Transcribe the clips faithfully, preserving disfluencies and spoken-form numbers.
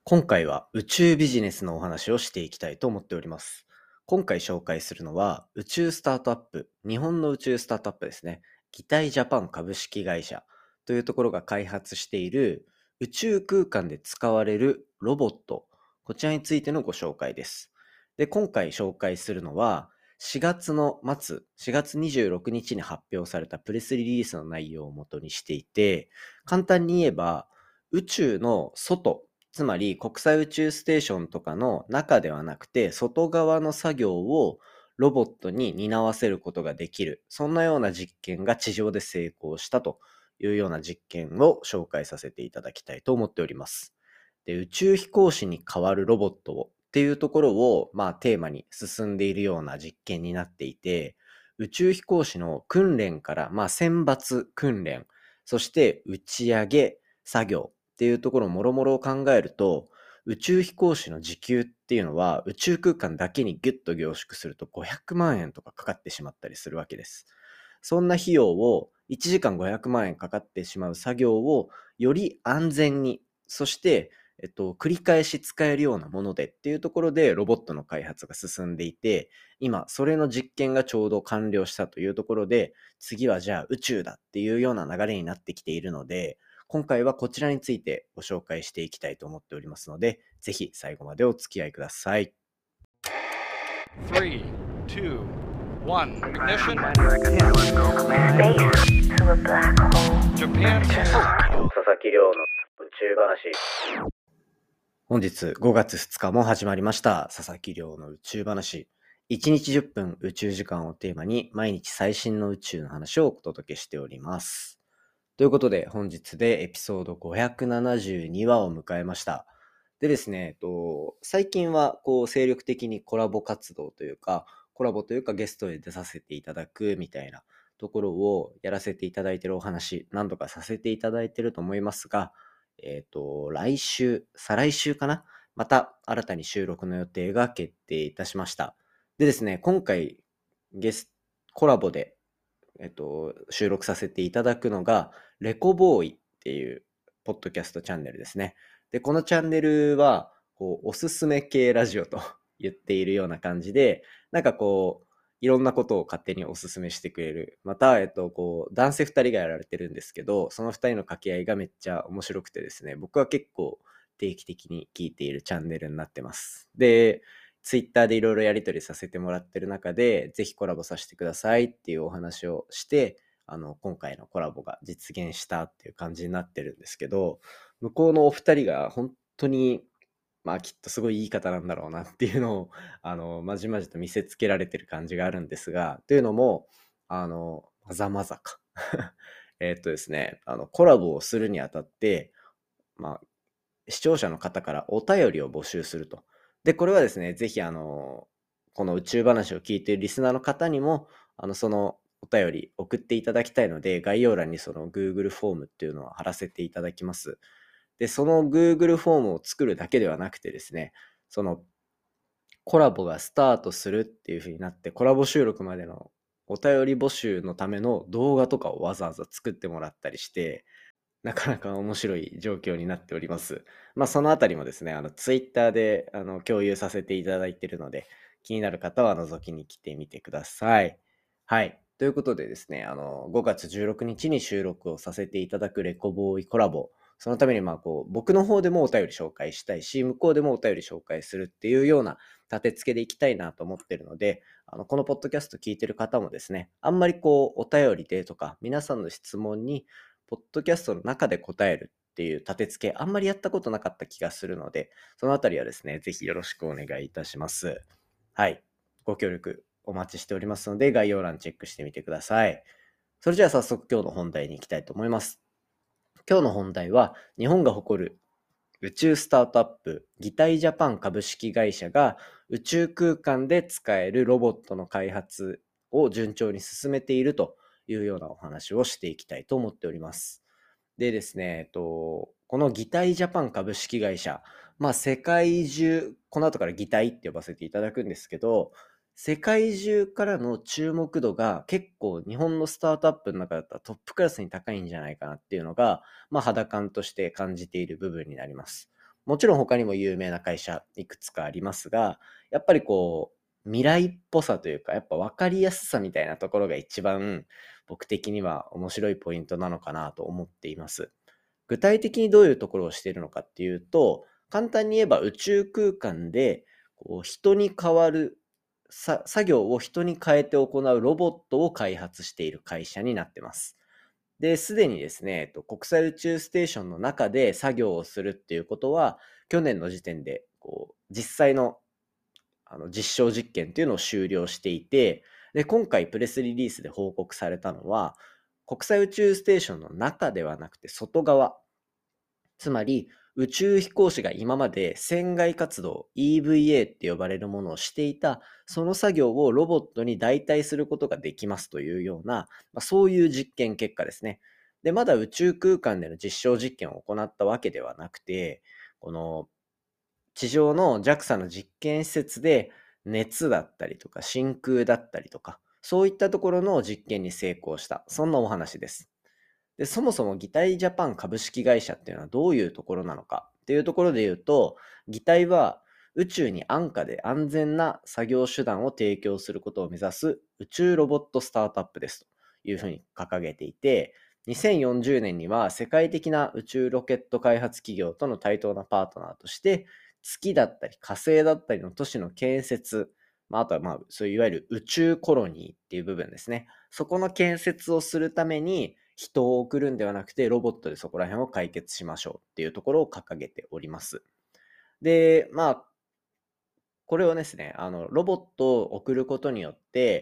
今回は宇宙ビジネスのお話をしていきたいと思っております。今回紹介するのは宇宙スタートアップ、日本の宇宙スタートアップですね。擬態ジャパン株式会社というところが開発している宇宙空間で使われるロボット、こちらについてのご紹介です。で、今回紹介するのはしがつの末、しがつにじゅうろくにちに発表されたプレスリリースの内容を元にしていて、簡単に言えば宇宙の外、つまり国際宇宙ステーションとかの中ではなくて外側の作業をロボットに担わせることができる。そんなような実験が地上で成功したというような実験を紹介させていただきたいと思っております。で、宇宙飛行士に代わるロボットをっていうところをまあテーマに進んでいるような実験になっていて、宇宙飛行士の訓練からまあ選抜訓練、そして打ち上げ作業っていうところもろもろを考えると、宇宙飛行士の時給っていうのは宇宙空間だけにギュッと凝縮するとごひゃくまんえんとかかかってしまったりするわけです。そんな費用をいちじかんごひゃくまんえんかかってしまう作業をより安全に、そしてえっと、繰り返し使えるようなものでっていうところでロボットの開発が進んでいて、今それの実験がちょうど完了したというところで、次はじゃあ宇宙だっていうような流れになってきているので、今回はこちらについてご紹介していきたいと思っておりますので、ぜひ最後までお付き合いください。 Three, two, one, ignition. Space to a black hole. Japan. 佐々木亮の宇宙話。本日ごがつふつかも始まりました佐々木亮の宇宙話。いちにちじゅっぷん宇宙時間をテーマに毎日最新の宇宙の話をお届けしております。ということで本日でエピソードごひゃくななじゅうにわを迎えました。でですね、えっと、最近はこう精力的にコラボ活動というか、コラボというかゲストで出させていただくみたいなところをやらせていただいているお話、何度かさせていただいていると思いますが、えっと、来週、再来週かな、また新たに収録の予定が決定いたしました。でですね、今回ゲスコラボで、えっと、収録させていただくのが、レコボーイっていうポッドキャストチャンネルですね。で、このチャンネルは、こう、おすすめ系ラジオと言っているような感じで、なんかこう、いろんなことを勝手におすすめしてくれる。また、えっと、こう、男性ふたりがやられてるんですけど、そのふたりの掛け合いがめっちゃ面白くてですね、僕は結構定期的に聞いているチャンネルになってます。で、ツイッターでいろいろやり取りさせてもらってる中で、ぜひコラボさせてくださいっていうお話をして、あの、今回のコラボが実現したっていう感じになってるんですけど、向こうのお二人が本当に、まあきっとすごいいい方なんだろうなっていうのを、あの、まじまじと見せつけられてる感じがあるんですが、というのも、あの、まざまざか。えーっとですね、あの、コラボをするにあたって、まあ、視聴者の方からお便りを募集すると。で、これはですね、ぜひあの、この宇宙話を聞いているリスナーの方にも、あの、そのお便り送っていただきたいので、概要欄にその Google フォームっていうのを貼らせていただきます。で、その Google フォームを作るだけではなくてですね、そのコラボがスタートするっていう風になって、コラボ収録までのお便り募集のための動画とかをわざわざ作ってもらったりして、なかなか面白い状況になっております。まあ、そのあたりもですね、あの、ツイッターで、あの、共有させていただいているので、気になる方は覗きに来てみてください。はい。ということでですね、あの、ごがつじゅうろくにちに収録をさせていただくレコボーイコラボ。そのために、まあ、こう、僕の方でもお便り紹介したいし、向こうでもお便り紹介するっていうような立て付けでいきたいなと思ってるので、あの、このポッドキャスト聞いてる方もですね、あんまりこう、お便りでとか、皆さんの質問に、ポッドキャストの中で答えるっていう立て付け、あんまりやったことなかった気がするので、そのあたりはですね、ぜひよろしくお願いいたします。はい。ご協力お待ちしておりますので、概要欄チェックしてみてください。それじゃあ早速今日の本題に行きたいと思います。今日の本題は、日本が誇る宇宙スタートアップ、擬態ジャパン株式会社が宇宙空間で使えるロボットの開発を順調に進めているというようなお話をしていきたいと思っております。でですね、えっと、この擬態ジャパン株式会社、まあ世界中、この後から擬態って呼ばせていただくんですけど、世界中からの注目度が結構日本のスタートアップの中だったらトップクラスに高いんじゃないかなっていうのが、まあ肌感として感じている部分になります。 もちろん他にも有名な会社いくつかありますが、やっぱりこう、未来っぽさというか、やっぱ分かりやすさみたいなところが一番僕的には面白いポイントなのかなと思っています。具体的にどういうところをしているのかっていうと、簡単に言えば宇宙空間でこう人に代わるさ作業を人に変えて行うロボットを開発している会社になってます。で、すでにですね、えっと国際宇宙ステーションの中で作業をするっていうことは、去年の時点でこう実際のあの実証実験っていうのを終了していて、で、今回プレスリリースで報告されたのは、国際宇宙ステーションの中ではなくて外側、つまり宇宙飛行士が今まで船外活動 イーブイエー って呼ばれるものをしていた、その作業をロボットに代替することができますというような、まあ、そういう実験結果ですね。で、まだ宇宙空間での実証実験を行ったわけではなくて、この地上の ジャクサ の実験施設で熱だったりとか真空だったりとか、そういったところの実験に成功した、そんなお話です。で、そもそも擬態ジャパン株式会社っていうのはどういうところなのかっていうところで言うと、擬態は宇宙に安価で安全な作業手段を提供することを目指す宇宙ロボットスタートアップですというふうに掲げていて、にせんよんじゅうねんには世界的な宇宙ロケット開発企業との対等なパートナーとして、月だったり火星だったりの都市の建設、まあ、あとはまあそういういわゆる宇宙コロニーっていう部分ですね。そこの建設をするために人を送るんではなくてロボットでそこら辺を解決しましょうっていうところを掲げております。で、まあこれをですね、あのロボットを送ることによって、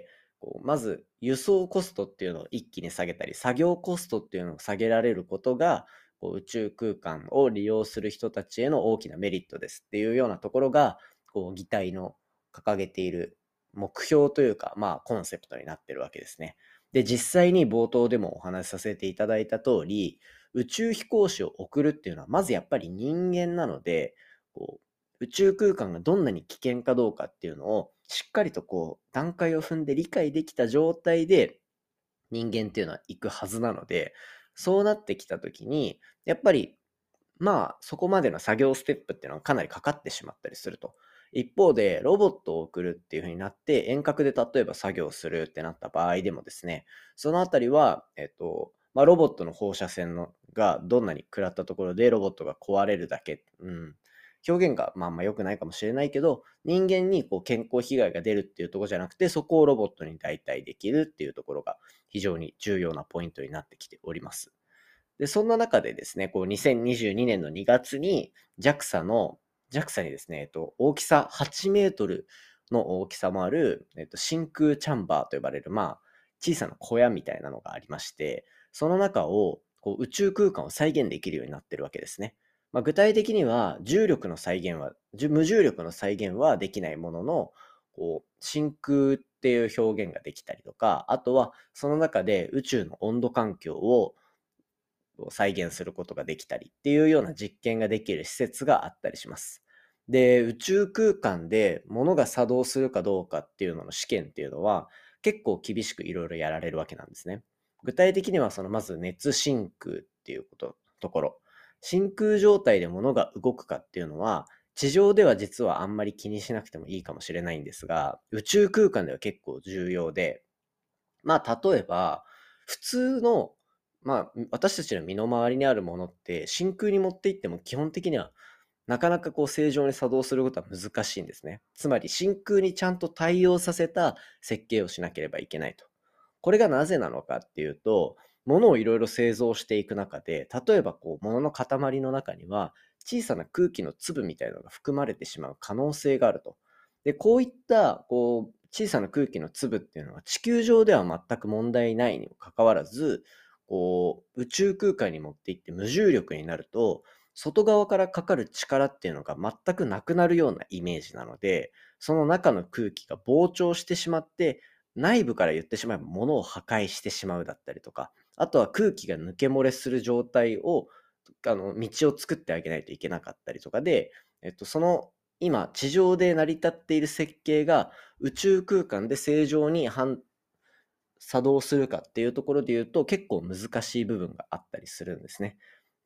こうまず輸送コストっていうのを一気に下げたり、作業コストっていうのを下げられることが、こう宇宙空間を利用する人たちへの大きなメリットですっていうようなところが、こう擬態の掲げている目標というか、まあコンセプトになってるわけですね。で、実際に冒頭でもお話しさせていただいた通り、宇宙飛行士を送るっていうのは、まずやっぱり人間なので、こう宇宙空間がどんなに危険かどうかっていうのをしっかりとこう段階を踏んで理解できた状態で人間っていうのは行くはずなので、そうなってきた時にやっぱりまあそこまでの作業ステップっていうのはかなりかかってしまったりすると。一方でロボットを送るっていう風になって遠隔で例えば作業するってなった場合でもですね、そのあたりはえっとまあ、ロボットの放射線のがどんなに食らったところでロボットが壊れるだけ、うん、表現がまあまあ良くないかもしれないけど、人間にこう健康被害が出るっていうところじゃなくて、そこをロボットに代替できるっていうところが非常に重要なポイントになってきております。で、そんな中でですね、こうにせんにじゅうにねんのにがつに ジャクサ の、ジャクサ にですね、えっと、大きさはちメートルの大きさもある、えっと、真空チャンバーと呼ばれる、まあ、小さな小屋みたいなのがありまして、その中をこう宇宙空間を再現できるようになってるわけですね。まあ、具体的には重力の再現は、無重力の再現はできないものの、こう真空っていう表現ができたりとか、あとはその中で宇宙の温度環境を再現することができたりっていうような実験ができる施設があったりします。で、宇宙空間で物が作動するかどうかっていうのの試験っていうのは結構厳しくいろいろやられるわけなんですね。具体的にはそのまず熱真空っていうこと、ところ。真空状態で物が動くかっていうのは地上では実はあんまり気にしなくてもいいかもしれないんですが、宇宙空間では結構重要で、まあ例えば普通のまあ、私たちの身の回りにあるものって真空に持っていっても基本的にはなかなかこう正常に作動することは難しいんですね。つまり真空にちゃんと対応させた設計をしなければいけないと。これがなぜなのかっていうと、物をいろいろ製造していく中で、例えばこう物の塊の中には小さな空気の粒みたいなのが含まれてしまう可能性があると。で、こういったこう小さな空気の粒っていうのは地球上では全く問題ないにもかかわらず、こう宇宙空間に持っていって無重力になると、外側からかかる力っていうのが全くなくなるようなイメージなので、その中の空気が膨張してしまって、内部から言ってしまえば物を破壊してしまうだったりとか、あとは空気が抜け漏れする状態を、あの道を作ってあげないといけなかったりとかで、えっと、その今地上で成り立っている設計が宇宙空間で正常に反作動するかっていうところで言うと結構難しい部分があったりするんですね。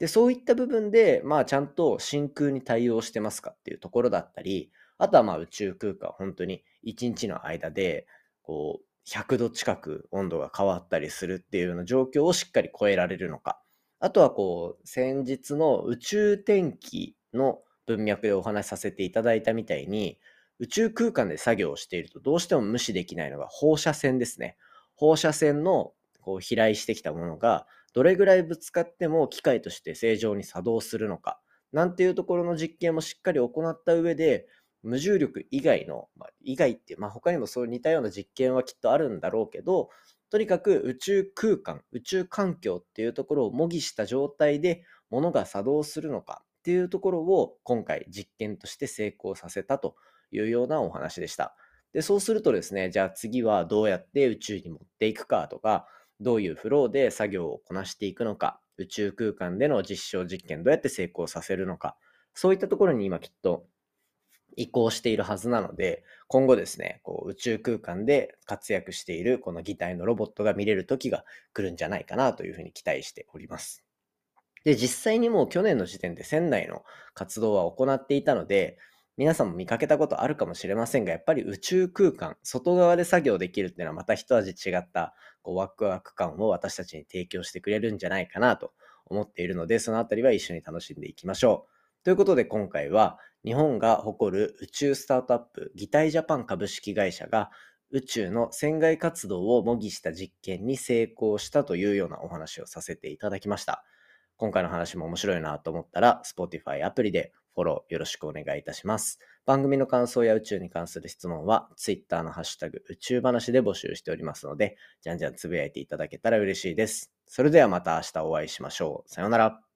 で、そういった部分で、まあちゃんと真空に対応してますかっていうところだったり、あとはまあ宇宙空間、本当にいちにちの間で、こう、ひゃくど近く温度が変わったりするっていうような状況をしっかり超えられるのか。あとはこう、先日の宇宙天気の文脈でお話しさせていただいたみたいに、宇宙空間で作業をしているとどうしても無視できないのが放射線ですね。放射線のこう飛来してきたものがどれぐらいぶつかっても機械として正常に作動するのか、なんていうところの実験もしっかり行った上で、無重力以外の、まあ、以外って、まあ、他にもそう似たような実験はきっとあるんだろうけど、とにかく宇宙空間、宇宙環境っていうところを模擬した状態で物が作動するのかっていうところを今回実験として成功させたというようなお話でした。で、そうするとですね、じゃあ次はどうやって宇宙に持っていくかとか、どういうフローで作業をこなしていくのか、宇宙空間での実証実験どうやって成功させるのか、そういったところに今きっと移行しているはずなので、今後ですね、こう宇宙空間で活躍しているこの擬態のロボットが見れる時が来るんじゃないかなというふうに期待しております。で、実際にもう去年の時点で船内の活動は行っていたので、皆さんも見かけたことあるかもしれませんが、やっぱり宇宙空間、外側で作業できるっていうのはまた一味違ったこうワクワク感を私たちに提供してくれるんじゃないかなと思っているので、そのあたりは一緒に楽しんでいきましょう。ということで今回は日本が誇る宇宙スタートアップ、擬態ジャパン株式会社が宇宙の船外活動を模擬した実験に成功したというようなお話をさせていただきました。今回の話も面白いなと思ったら、Spotify アプリでフォローよろしくお願いいたします。番組の感想や宇宙に関する質問は、Twitter のハッシュタグ宇宙話で募集しておりますので、じゃんじゃんつぶやいていただけたら嬉しいです。それではまた明日お会いしましょう。さようなら。